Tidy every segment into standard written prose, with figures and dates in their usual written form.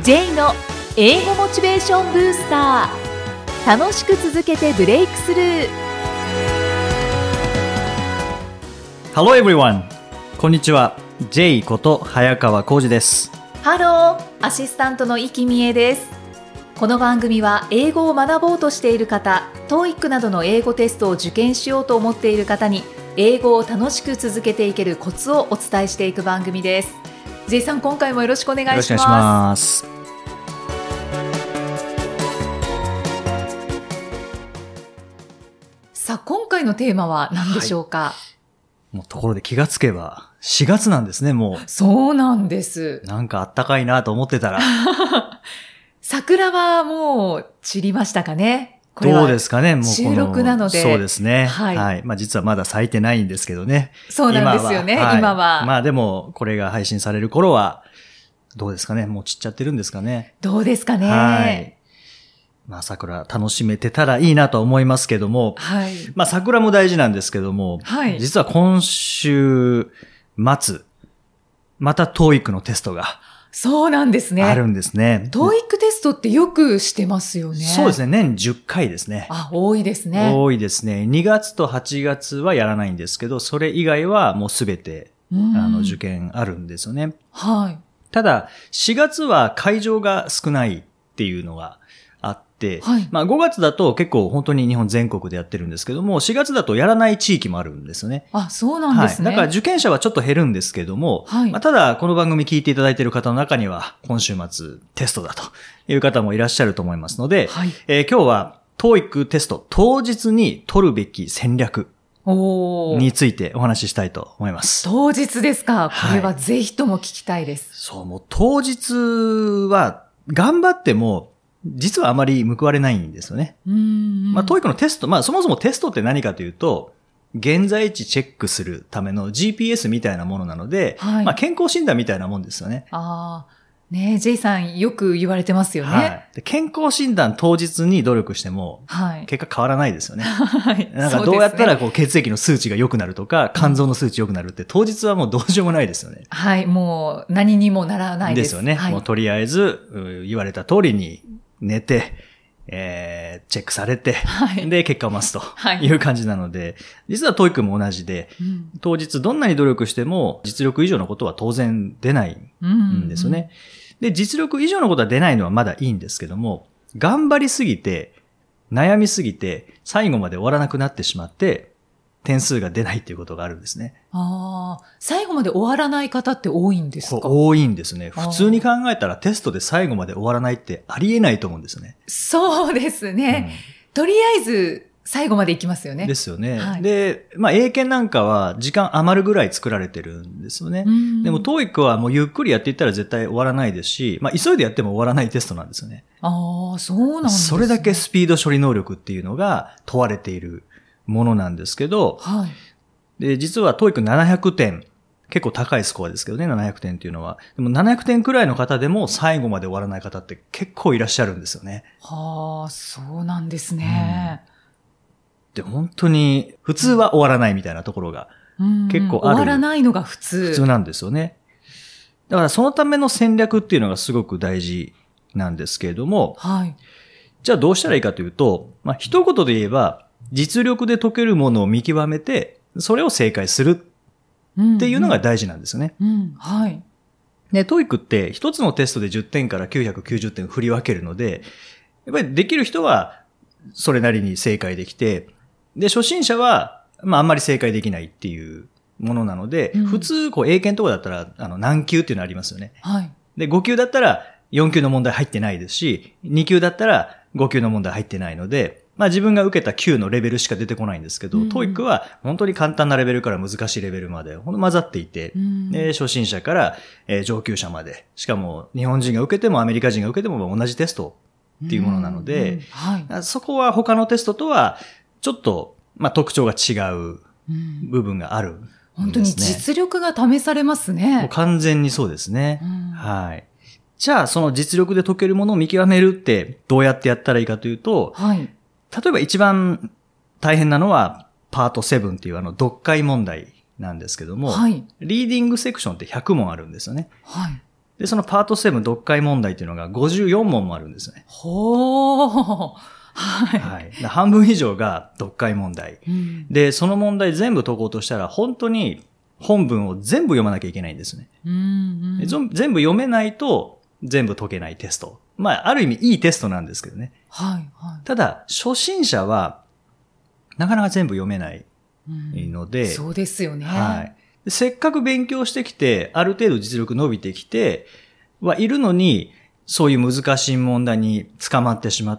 J の英語モチベーションブースター。楽しく続けてブレイクスルー。 Hello everyone! こんにちは。 J こと早川浩二です。 ハロー、アシスタントの生きみえです。この番組は英語を学ぼうとしている方、TOEIC などの英語テストを受験しようと思っている方に英語を楽しく続けていけるコツをお伝えしていく番組です。 J さん、今回もよろしくお願いします。 よろしくお願いします。 さあ、今回のテーマは何でしょうか？ もうところで気がつけば4月なんですね、もう。 そうなんです。 なんかあったかいなと思ってたら桜はもう散りましたかね？これはどうですかね、もうこの収録なので。 そうですね。 はい。 はい。まあ実はまだ咲いてないんですけどね。 そうなんですよね、今は。 まあでも、これが配信される頃は、どうですかね、もう散っちゃってるんですかね。 どうですかね。 はい。まあ桜楽しめてたらいいなと思いますけども。 はい。 まあ桜も大事なんですけども。 はい。 実は今週末、また TOEIC のテストが。 そうなんですね。 あるんですね。 TOEIC テストってよくしてますよね。 そうですね。年10回ですね。 あ、多いですね。 多いですね。2月と8月はやらないんですけど、それ以外はもうすべて、受験あるんですよね。 はい。 ただ、4月は会場が少ないっていうのがあって、 はい、 まあ5月だと結構本当に日本全国でやってるんですけども、4月だとやらない地域もあるんですよね。 あ、そうなんですね。 はい。だから受験者はちょっと減るんですけども、 はい。 まあ、ただこの番組聞いていただいている方の中には、今週末テストだという方もいらっしゃると思いますので、 はい。 今日は TOEIC テスト当日に取るべき戦略についてお話ししたいと思います。 当日ですか。これはぜひとも聞きたいです。 そう、もう当日は頑張っても、実はあまり報われないんですよね。まあ、TOEIC のテスト、まあ、そもそもテストって何かというと、現在地チェックするための GPS みたいなものなので、はい、まあ、健康診断みたいなもんですよね。 ああ。ねえ、J さんよく言われてますよね。 はい。で、健康診断当日に努力しても、 はい。 結果変わらないですよね。 はい。 なんかどうやったらこう血液の数値が良くなるとか、肝臓の数値良くなるって当日はもうどうしようもないですよね。 はい。もう何にもならないです。 ですよね。はい、もうとりあえず、言われた通りに寝て、チェックされて、はい、で、結果を待つという感じなので、実は TOEIC も同じで、当日どんなに努力しても実力以上のことは当然出ないんですよね。で、実力以上のことは出ないのはまだいいんですけども、頑張りすぎて、悩みすぎて、最後まで終わらなくなってしまって、点数が出ないっていうことがあるんですね。 ああ、最後まで終わらない方って多いんですか？ 多いんですね。普通に考えたらテストで最後まで終わらないってありえないと思うんですよね。 そうですね。とりあえず最後まで行きますよね。 ですよね。はい、で、まあ英検なんかは時間余るぐらい作られてるんですよね。でも TOEIC はもうゆっくりやっていったら絶対終わらないですし、まあ急いでやっても終わらないテストなんですよね。 ああ、そうなんですね。 それだけスピード処理能力っていうのが問われているものなんですけど、 はい。 で、実は TOEIC700 点、結構高いスコアですけどね、700点っていうのは。でも700点くらいの方でも最後まで終わらない方って結構いらっしゃるんですよね。 はあ、そうなんですね。 で、本当に普通は終わらないみたいなところが結構ある。 終わらないのが普通なんですよね。だからそのための戦略っていうのがすごく大事なんですけれども、 はい。 じゃあどうしたらいいかというと、まあ一言で言えば、実力で解けるものを見極めて、それを正解するっていうのが大事なんですよね。 はい。 で、TOEIC って一つのテストで10点から990点振り分けるので、やっぱりできる人はそれなりに正解できて、で、初心者は、まああんまり正解できないっていうものなので、普通、こう英検とかだったら、何級っていうのありますよね。 はい。 で、5級だったら4級の問題入ってないですし、2級だったら5級の問題入ってないので、まあ自分が受けた級のレベルしか出てこないんですけど、TOEIC は本当に簡単なレベルから難しいレベルまで混ざっていて、で初心者から、上級者まで、しかも日本人が受けてもアメリカ人が受けても同じテストっていうものなので、はい、そこは他のテストとはちょっと、まあ、特徴が違う部分があるんですね。 本当に実力が試されますね。 もう完全にそうですね。はい。じゃあその実力で解けるものを見極めるってどうやってやったらいいかというと、はい、例えば一番大変なのはパート7っていう読解問題なんですけども、はい、リーディングセクションって100問あるんですよね。はい、 で、そのパート7読解問題っていうのが54問もあるんですね。 ほー。はい。 はい。半分以上が読解問題。 うん、 で、その問題全部解こうとしたら、本当に本文を全部読まなきゃいけないんですね。 うんうん、 全部読めないと全部解けないテスト。まあ、ある意味いいテストなんですけどね。 はいはい、 ただ、初心者はなかなか全部読めないので、 そうですよね。 はい。せっかく勉強してきて、ある程度実力伸びてきてはいるのに、そういう難しい問題に捕まってしまって、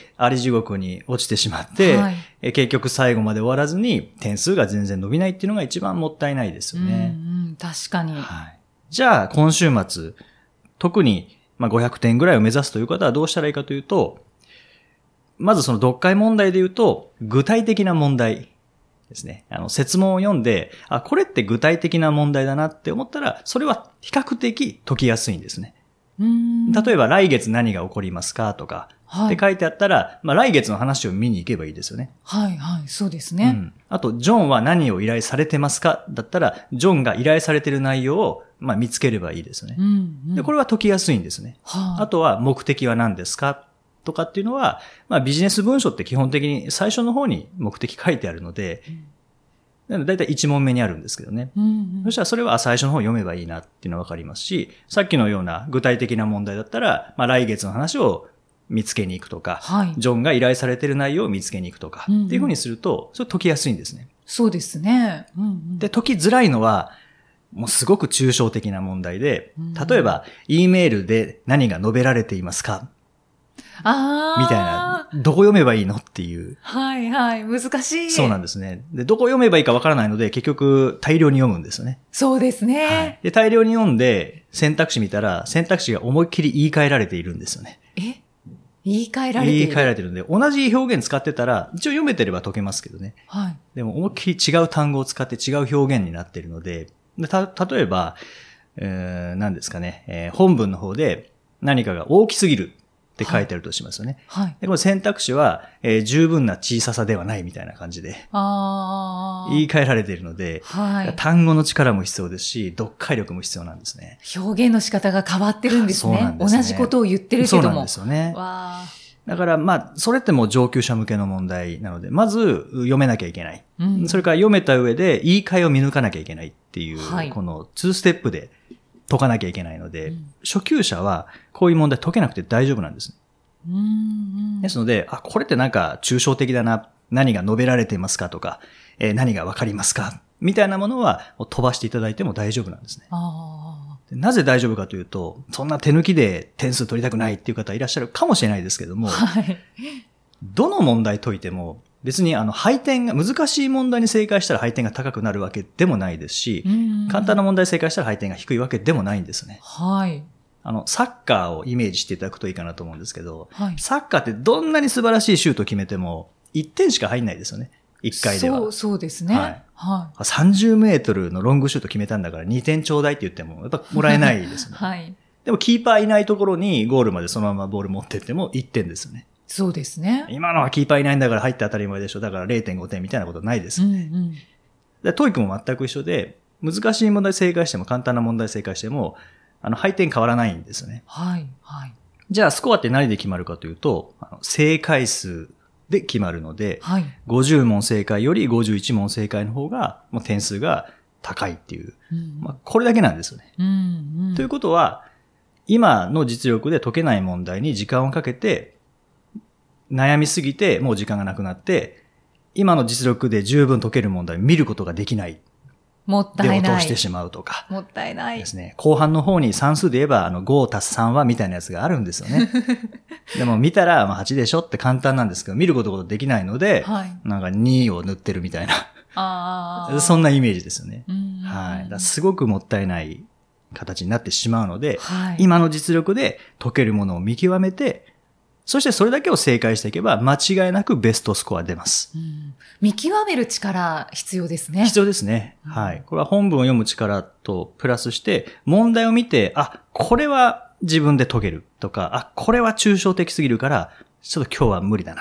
あり地獄に落ちてしまって、はい、結局最後まで終わらずに点数が全然伸びないっていうのが一番もったいないですよね。 うんうん、確かに。 はい。じゃあ、今週末、特に500点ぐらいを目指すという方はどうしたらいいかというと、まずその読解問題で言うと、具体的な問題ですね。設問を読んで、これって具体的な問題だなって思ったら、それは比較的解きやすいんですね。例えば、来月何が起こりますかとか、はい、って書いてあったら、来月の話を見に行けばいいですよね。 はいはい、そうですね。 あと、ジョンは何を依頼されてますかだったら、ジョンが依頼されている内容を、見つければいいですよね。で、これは解きやすいんですね。あとは、目的は何ですかとかっていうのは、ビジネス文書って基本的に最初の方に目的書いてあるので、だいたい1問目にあるんですけどね。そしたらそれは最初の方読めばいいなっていうのはわかりますし、さっきのような具体的な問題だったら、来月の話を見つけに行くとか、はい、ジョンが依頼されている内容を見つけに行くとか、っていう風にすると、それ解きやすいんですね。 そうですね。 で、解きづらいのは、もうすごく抽象的な問題で、例えば、E メールで何が述べられていますかみたいな、どこ読めばいいのっていう。 はいはい、難しい。 そうなんですね。で、どこ読めばいいかわからないので、結局大量に読むんですよね。 そうですね。 はい。で、大量に読んで、選択肢見たら、選択肢が思いっきり言い換えられているんですよね。 言い換えられている？ 言い換えられてるんで、同じ表現使ってたら、一応読めてれば解けますけどね。はい。でも、思いっきり違う単語を使って違う表現になっているので、例えば、何ですかね、本文の方で何かが大きすぎる。って書いてあるとしますよね。はい。で、この選択肢は、十分な小ささではないみたいな感じで。言い換えられているので、はい。単語の力も必要ですし、読解力も必要なんですね。 表現の仕方が変わってるんですね。そうなんですね。同じことを言ってるけども。 そうなんですよね。だからそれってもう上級者向けの問題なので、まず読めなきゃいけない。それから読めた上で言い換えを見抜かなきゃいけないっていう、はい、この2ステップで解かなきゃいけないので、初級者はこういう問題解けなくて大丈夫なんです。ですので、これってなんか抽象的だな、何が述べられていますかとか、何がわかりますかみたいなものは飛ばしていただいても大丈夫なんですね。なぜ大丈夫かというと、そんな手抜きで点数取りたくないっていう方いらっしゃるかもしれないですけども、はい、どの問題解いても別に配点が、難しい問題に正解したら配点が高くなるわけでもないですし、簡単な問題正解したら配点が低いわけでもないんですね。はい。サッカーをイメージしていただくといいかなと思うんですけど、はい、サッカーってどんなに素晴らしいシュートを決めても、1点しか入んないですよね。1回では。 そうですね。はい。はい、 30メートルのロングシュート決めたんだから2点ちょうだいって言っても、やっぱもらえないですね。はい。でもキーパーいないところにゴールまでそのままボール持ってっても1点ですよね。 そうですね。 今のはキーパーいないんだから入って当たり前でしょ。だから 0.5 点みたいなことないですよね。でトイックも全く一緒で、難しい問題正解しても簡単な問題正解しても、配点変わらないんですよね。はい。はい。じゃあスコアって何で決まるかというと、正解数で決まるので、はい、50問正解より51問正解の方が、もう点数が高いっていう。これだけなんですよね。ということは、今の実力で解けない問題に時間をかけて、悩みすぎてもう時間がなくなって、今の実力で十分解ける問題を見ることができない。 もったいない。 で落としてしまうとか。 もったいない。 ですね。後半の方に算数で言えば、5足す3はみたいなやつがあるんですよね。でも見たら、8でしょって簡単なんですけど、見ることできないので、はい、なんか2を塗ってるみたいな。そんなイメージですよね。はい。だすごくもったいない形になってしまうので、はい、今の実力で解けるものを見極めて、そしてそれだけを正解していけば、間違いなくベストスコア出ます。 見極める力必要ですね。 必要ですね。はい。これは本文を読む力とプラスして、問題を見て、これは自分で解けるとか、これは抽象的すぎるから、ちょっと今日は無理だなっ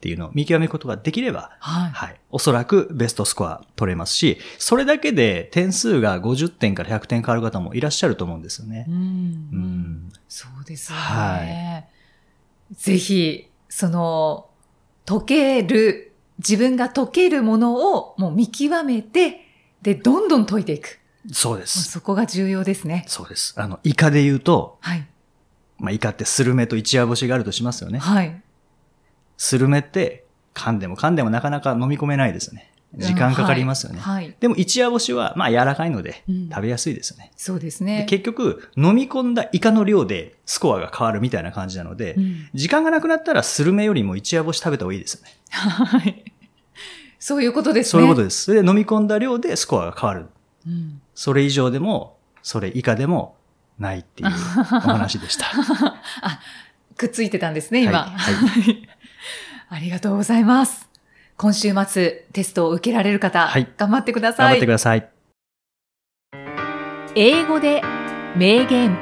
っていうのを見極めることができれば、 はい。 はい。おそらくベストスコア取れますし、それだけで点数が50点から100点変わる方もいらっしゃると思うんですよね。 そうですよね。 はい。 ぜひ、自分が解けるものをもう見極めて、で、どんどん解いていく。 そうです。 そこが重要ですね。 そうです。イカで言うと、 はい。 イカってスルメと一夜干しがあるとしますよね。 はい。 スルメって噛んでもなかなか飲み込めないですよね。時間かかりますよね。 はい。 でも一夜干しは柔らかいので食べやすいですよね。 そうですね。 結局飲み込んだイカの量でスコアが変わるみたいな感じなので、時間がなくなったらスルメよりも一夜干し食べた方がいいですよね。 はい。そういうことですね。 そういうことです。それで飲み込んだ量でスコアが変わる。それ以上でも、それ以下でもないっていうお話でした。 くっついてたんですね、今。 はい。 ありがとうございます。今週末テストを受けられる方、頑張ってください。 頑張ってください。 英語で名言。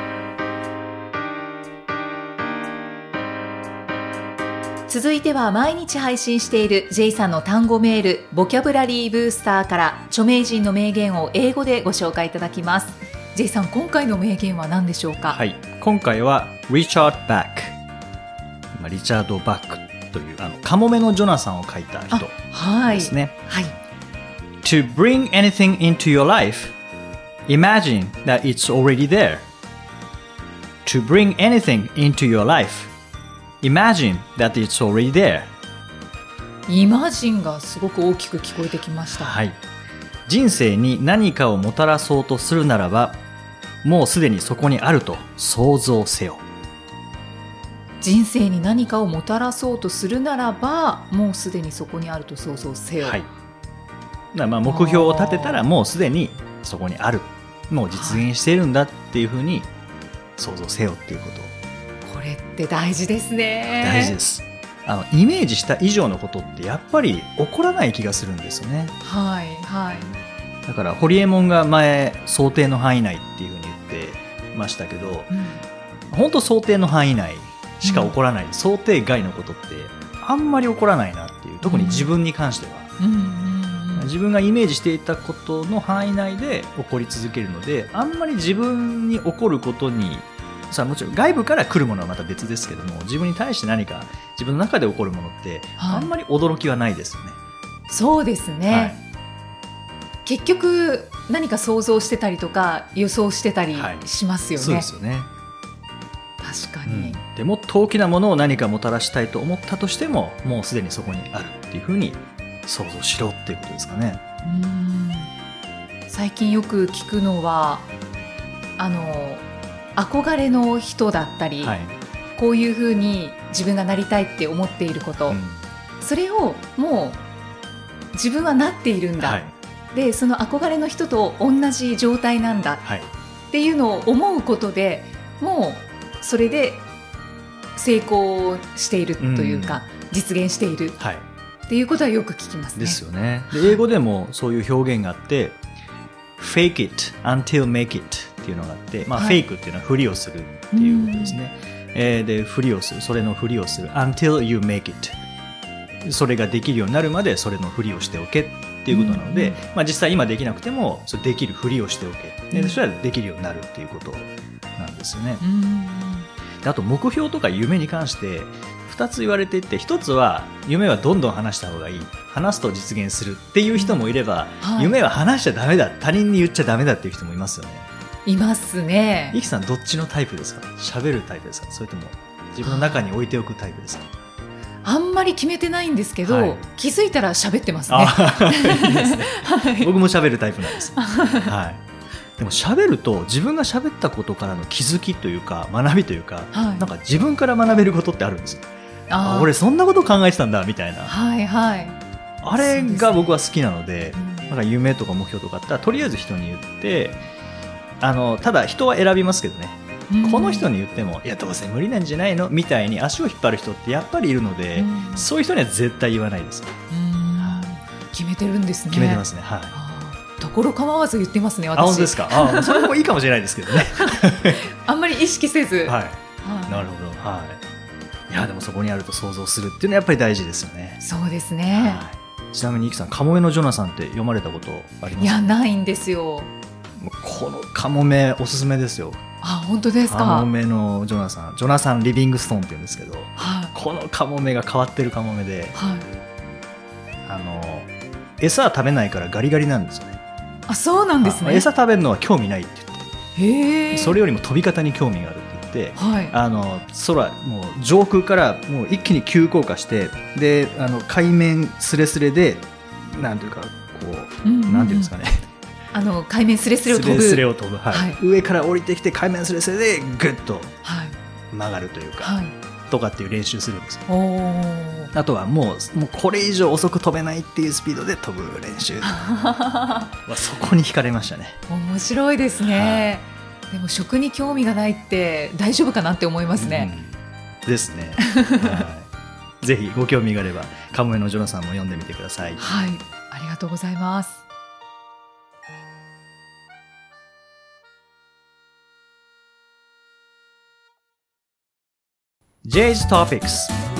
続いては毎日配信している J さんの単語メール、ボキャブラリーブースターから著名人の名言を英語でご紹介いただきます。J さん、今回の名言は何でしょうか？ はい。今回はリチャード・バック。リチャード・バックというカモメのジョナサンを書いた人ですね。 はい。 To bring anything into your life, imagine that it's already there. To bring anything into your life.Imagine that it's already there. イマジンがすごく大きく聞こえてきました。 はい。人生に何かをもたらそうとするならば、もうすでにそこにあると想像せよ。 人生に何かをもたらそうとするならば、もうすでにそこにあると想像せよ。 はい。目標を立てたらもうすでにそこにある。もう実現しているんだっていうふうに想像せよっていうことを。 これって大事ですね。 大事です。イメージした以上のことってやっぱり起こらない気がするんですよね。 はいはい。 だからホリエモンが前想定の範囲内っていうふうに言ってましたけど、本当想定の範囲内しか起こらない、想定外のことってあんまり起こらないなっていう、特に自分に関しては、自分がイメージしていたことの範囲内で起こり続けるので、あんまり自分に起こることにもちろん外部から来るものはまた別ですけども、自分に対して何か自分の中で起こるものってあんまり驚きはないですよね。 そうですね、はい、結局何か想像してたりとか予想してたりしますよね。 そうですよね。 確かに、 でもっと大きなものを何かもたらしたいと思ったとしても、もうすでにそこにあるっていうふうに想像しろっていうことですかね。 最近よく聞くのは憧れの人だったり、こういうふうに自分がなりたいって思っていること、それをもう自分はなっているんだ、でその憧れの人と同じ状態なんだっていうのを思うことで、もうそれで成功しているというか、実現しているっていうことはよく聞きますね。 ですよね。で英語でもそういう表現があって、fake it until make itっていうのがあって、フェイクっていうのはふりをするっていうことですね。でふりをする、それのふりをする until you make it、 それができるようになるまでそれのふりをしておけっていうことなので、実際今できなくてもそれできるふりをしておけ、でそれはできるようになるっていうことなんですよね。であと目標とか夢に関して2つ言われていて、1つは夢はどんどん話した方がいい、話すと実現するっていう人もいれば、夢は話しちゃダメだ、他人に言っちゃダメだっていう人もいますよね。 いますね。 イキさんどっちのタイプですか？喋るタイプですか？それとも自分の中に置いておくタイプですか？ あんまり決めてないんですけど、気づいたら喋ってますね。 いいですね。僕も喋るタイプなんです。でも喋ると自分が喋ったことからの気づきというか学びというか、なんか自分から学べることってあるんですよ。俺そんなこと考えてたんだみたいな、あれが僕は好きなので、なんか夢とか目標とかあったらとりあえず人に言って、ただ人は選びますけどね、この人に言ってもいやどうせ無理なんじゃないのみたいに足を引っ張る人ってやっぱりいるので、そういう人には絶対言わないです。 決めてるんですね。 決めてますね。 ところ構わず言ってますね、私。 本当ですか？それもいいかもしれないですけどね。 あんまり意識せず。 なるほど。 いやでもそこにあると想像するっていうのはやっぱり大事ですよね。 そうですね。 はい、ちなみにイキさん、カモメのジョナサンって読まれたことありますか？ いや、ないんですよ。 このカモメおすすめですよ。 あ、本当ですか？ カモメのジョナサン・リビングストーンって言うんですけど、 はい、 このカモメが変わってるカモメで、 はい、 餌は食べないからガリガリなんですよね。 あ、そうなんですね。 餌食べるのは興味ないって言って、 へー、 それよりも飛び方に興味があるって言って、 はい、 空もう上空からもう一気に急降下して、で海面スレスレでなんていうかこう、なんていうんですかね、 海面スレスレを飛ぶ、 スレを飛ぶ、はいはい、 上から降りてきて海面スレスレでグッとはい曲がるというか、はい、とかっていう練習するんですよ。あとはもうこれ以上遅く飛べないっていうスピードで飛ぶ練習そこに惹かれましたね。 面白いですね、はい、でも食に興味がないって大丈夫かなって思いますね、 ですね、はい、ぜひご興味があればカモメのジョナサンも読んでみてください。 はい、ありがとうございます。 J's Topics。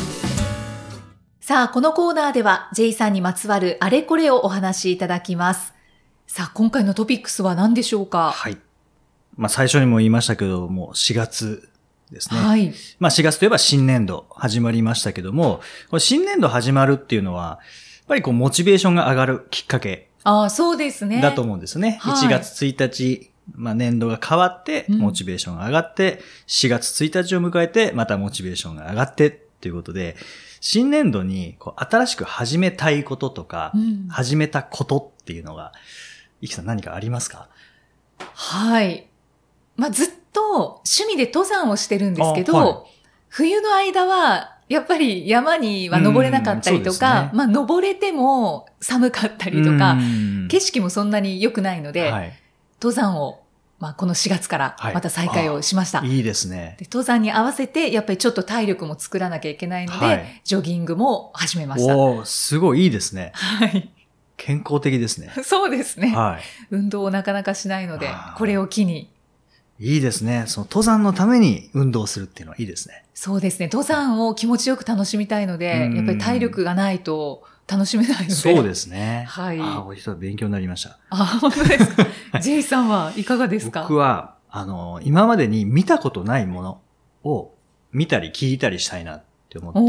さあ、このコーナーでは J さんにまつわるあれこれをお話しいただきます。さあ、今回のトピックスは何でしょうか？ はい。最初にも言いましたけども、4月ですね。 はい。 4月といえば新年度始まりましたけども、これ新年度始まるっていうのは、やっぱりモチベーションが上がるきっかけ。 そうですね。 だと思うんですね。はい、1月1日、年度が変わって、モチベーションが上がって、4月1日を迎えて、またモチベーションが上がってっていうことで、新年度に新しく始めたいこととか、始めたことっていうのが、イキさん何かありますか？はい。 ずっと趣味で登山をしてるんですけど、はい、冬の間は、やっぱり山には登れなかったりとか、ね、登れても寒かったりとか、景色もそんなに良くないので、はい、登山を、この4月からまた再開をしました。 はい、いいですね。 で、登山に合わせて、やっぱりちょっと体力も作らなきゃいけないので、はい、ジョギングも始めました。 おー、すごいいいですね。 はい。 健康的ですね。 そうですね。 はい。 運動をなかなかしないので、これを機に。 いいですね。その登山のために運動するっていうのはいいですね。 そうですね。登山を気持ちよく楽しみたいので、やっぱり体力がないと楽しめないので。 そうですね。 はい。 お一つ勉強になりました。 本当ですか。J さんはいかがですか？ 僕は、今までに見たことないものを見たり聞いたりしたいなって思って、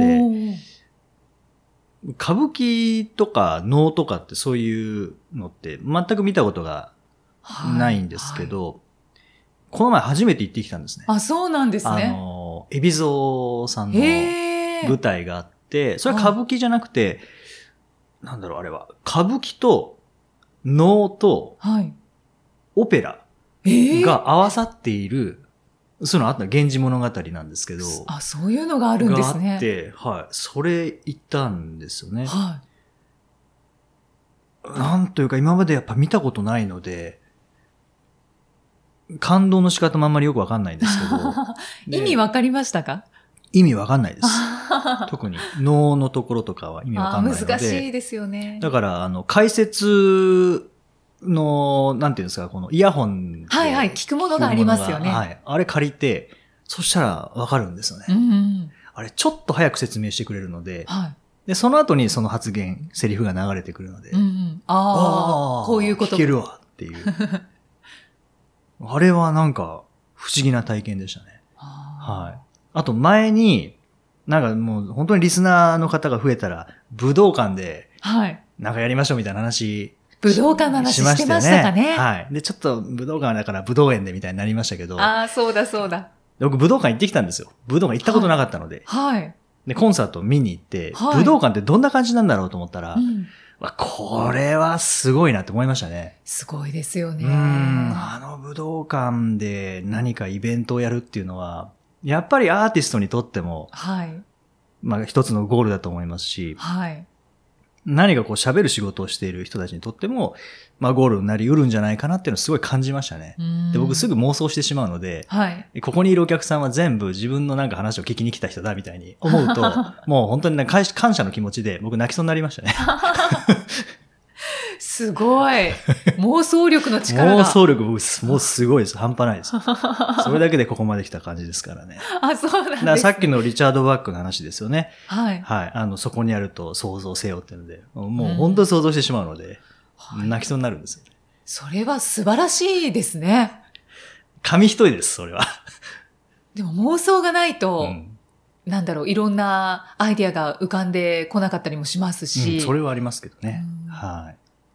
歌舞伎とか能とかってそういうのって全く見たことがないんですけど、はいはい、この前初めて行ってきたんですね。 そうなんですね。 海老蔵さんの舞台があって、それは歌舞伎じゃなくて、なんだろうあれは、歌舞伎と能とオペラが合わさっている、そういうのあった源氏物語なんですけど。 そういうのがあるんですね。 があって、はい。それ行ったんですよね。 はい。 なんというか今までやっぱ見たことないので、感動の仕方もあんまりよくわかんないんですけど。 意味わかりましたか？ 意味わかんないです。特に能のところとかは意味わかんないので。 難しいですよね。 だから解説の、なんていうんですか、このイヤホン。 はいはい、聞くものがありますよね。 はい。あれ借りて、そしたらわかるんですよね。あれちょっと早く説明してくれるので、はい、で、その後にその発言、セリフが流れてくるので、 こういうこと。 聞けるわっていう。あれはなんか不思議な体験でしたね。はい。あと前に、なんかもう本当にリスナーの方が増えたら、武道館で、なんかやりましょうみたいな話、 武道館の話してましたかね。 はい。で、ちょっと武道館だから武道園でみたいになりましたけど。 そうだそうだ。 僕武道館行ってきたんですよ。武道館行ったことなかったので。 はい。 で、コンサート見に行って、武道館ってどんな感じなんだろうと思ったら、これはすごいなって思いましたね。 すごいですよね。 武道館で何かイベントをやるっていうのは、やっぱりアーティストにとっても、一つのゴールだと思いますし、何か喋る仕事をしている人たちにとっても、ゴールになり得るんじゃないかなっていうのをすごい感じましたね。で、僕すぐ妄想してしまうので、ここにいるお客さんは全部自分のなんか話を聞きに来た人だみたいに思うと、もう本当に感謝の気持ちで僕泣きそうになりましたね。 すごい。妄想力の力が。 妄想力もうすごいです。半端ないです。それだけでここまで来た感じですからね。 あ、そうなんですね。 だからさっきのリチャード・バックの話ですよね。 はい。 はい。そこにあると想像せよっていうので、もう本当に想像してしまうので、泣きそうになるんですよね。 それは素晴らしいですね。 紙一重です、それは。 でも妄想がないと、なんだろう、いろんなアイディアが浮かんでこなかったりもしますし。 それはありますけどね。はい。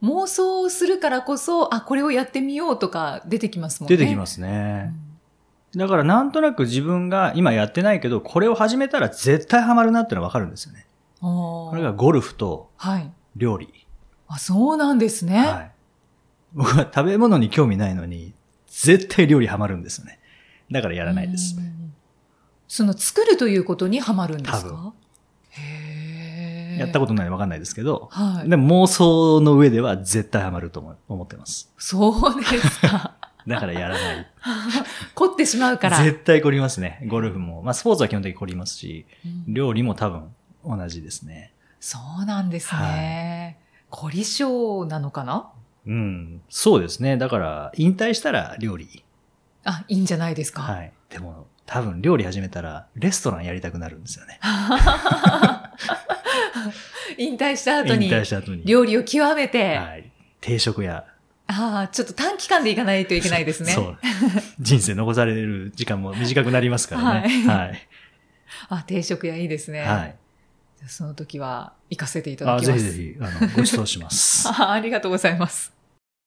妄想するからこそ、これをやってみようとか出てきますもんね。 出てきますね。だからなんとなく自分が今やってないけど、これを始めたら絶対ハマるなってのはわかるんですよね。これがゴルフと料理。 はい、そうなんですね。はい。 僕は食べ物に興味ないのに、絶対料理ハマるんですよね。だからやらないです。 その作るということにハマるんですか？ 多分。へー。やったことないのでわかんないですけど、はい、でも妄想の上では絶対ハマると思ってます。 そうですか。 だからやらない。 凝ってしまうから。 絶対凝りますね。ゴルフも。まあスポーツは基本的に凝りますし、料理も多分同じですね。 そうなんですね。凝り性なのかな？ そうですね。だから引退したら料理。 いいんじゃないですか。 はい。でも多分料理始めたらレストランやりたくなるんですよね。 引退した後に料理を極めて、 はい、定食屋。 ちょっと短期間で行かないといけないですね。 そう。人生残される時間も短くなりますからね。 はい。定食屋いいですね。はい。その時は行かせていただきます。 ぜひぜひご馳走します。 ありがとうございます。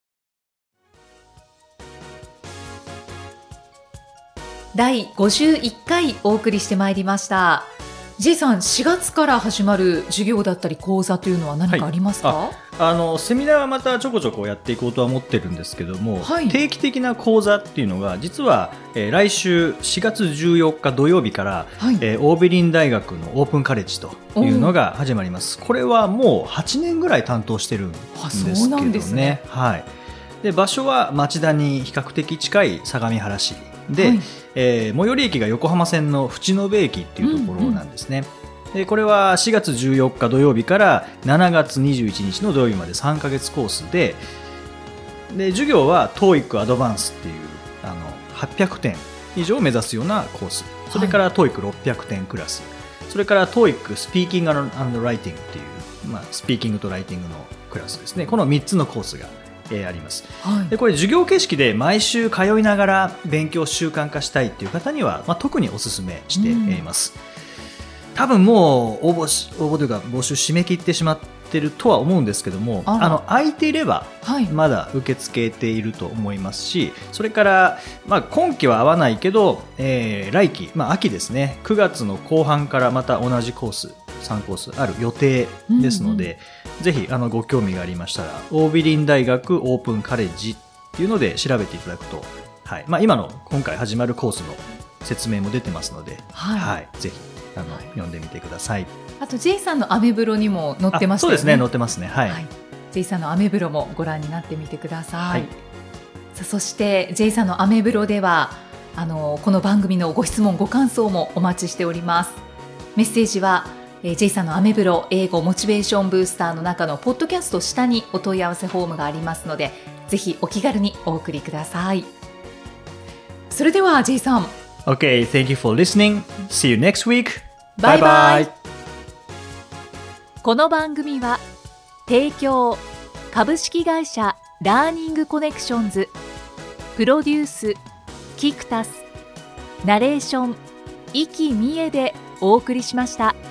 第51回お送りしてまいりました。J さん、4月から始まる授業だったり講座というのは何かありますか？ セミナーはまたちょこちょこやっていこうとは思ってるんですけども、定期的な講座っていうのが実は、来週4月14日土曜日から、オーベリン大学のオープンカレッジというのが始まります。これはもう8年ぐらい担当してるんですけどね。 そうなんですね。 はい。で、場所は町田に比較的近い相模原市で、最寄り駅が横浜線の淵野辺駅っていうところなんですね。でこれは4月14日土曜日から7月21日の土曜日まで3ヶ月コースで、授業は TOEIC アドバンスっていう800点以上を目指すようなコース、それから TOEIC600 点クラス、それから TOEIC スピーキング&ライティングっていう、スピーキングとライティングのクラスですね。この3つのコースがあります。でこれ授業形式で毎週通いながら勉強習慣化したいっていう方には、特にお勧めしています。多分もう応募というか募集締め切ってしまってるとは思うんですけども、空いていればまだ受け付けていると思いますし、それから、今期は合わないけど、来期、秋ですね、9月の後半からまた同じコース3コースある予定ですので、ぜひご興味がありましたらオービリン大学オープンカレッジっていうので調べていただくと、今回始まるコースの説明も出てますので、ぜひ読んでみてください。 あと J さんのアメブロにも載ってましたよね。 そうですね、載ってますね。 J さんのアメブロもご覧になってみてください。そして J さんのアメブロではこの番組のご質問ご感想もお待ちしております。メッセージはJ さんのアメブロ英語モチベーションブースターの中のポッドキャスト下にお問い合わせフォームがありますので、ぜひお気軽にお送りください。それでは J さん、 Okay, thank you for listening. See you next week. バイバイ。この番組は提供株式会社ラーニングコネクションズ、プロデュースキクタス、ナレーション生きみえでお送りしました。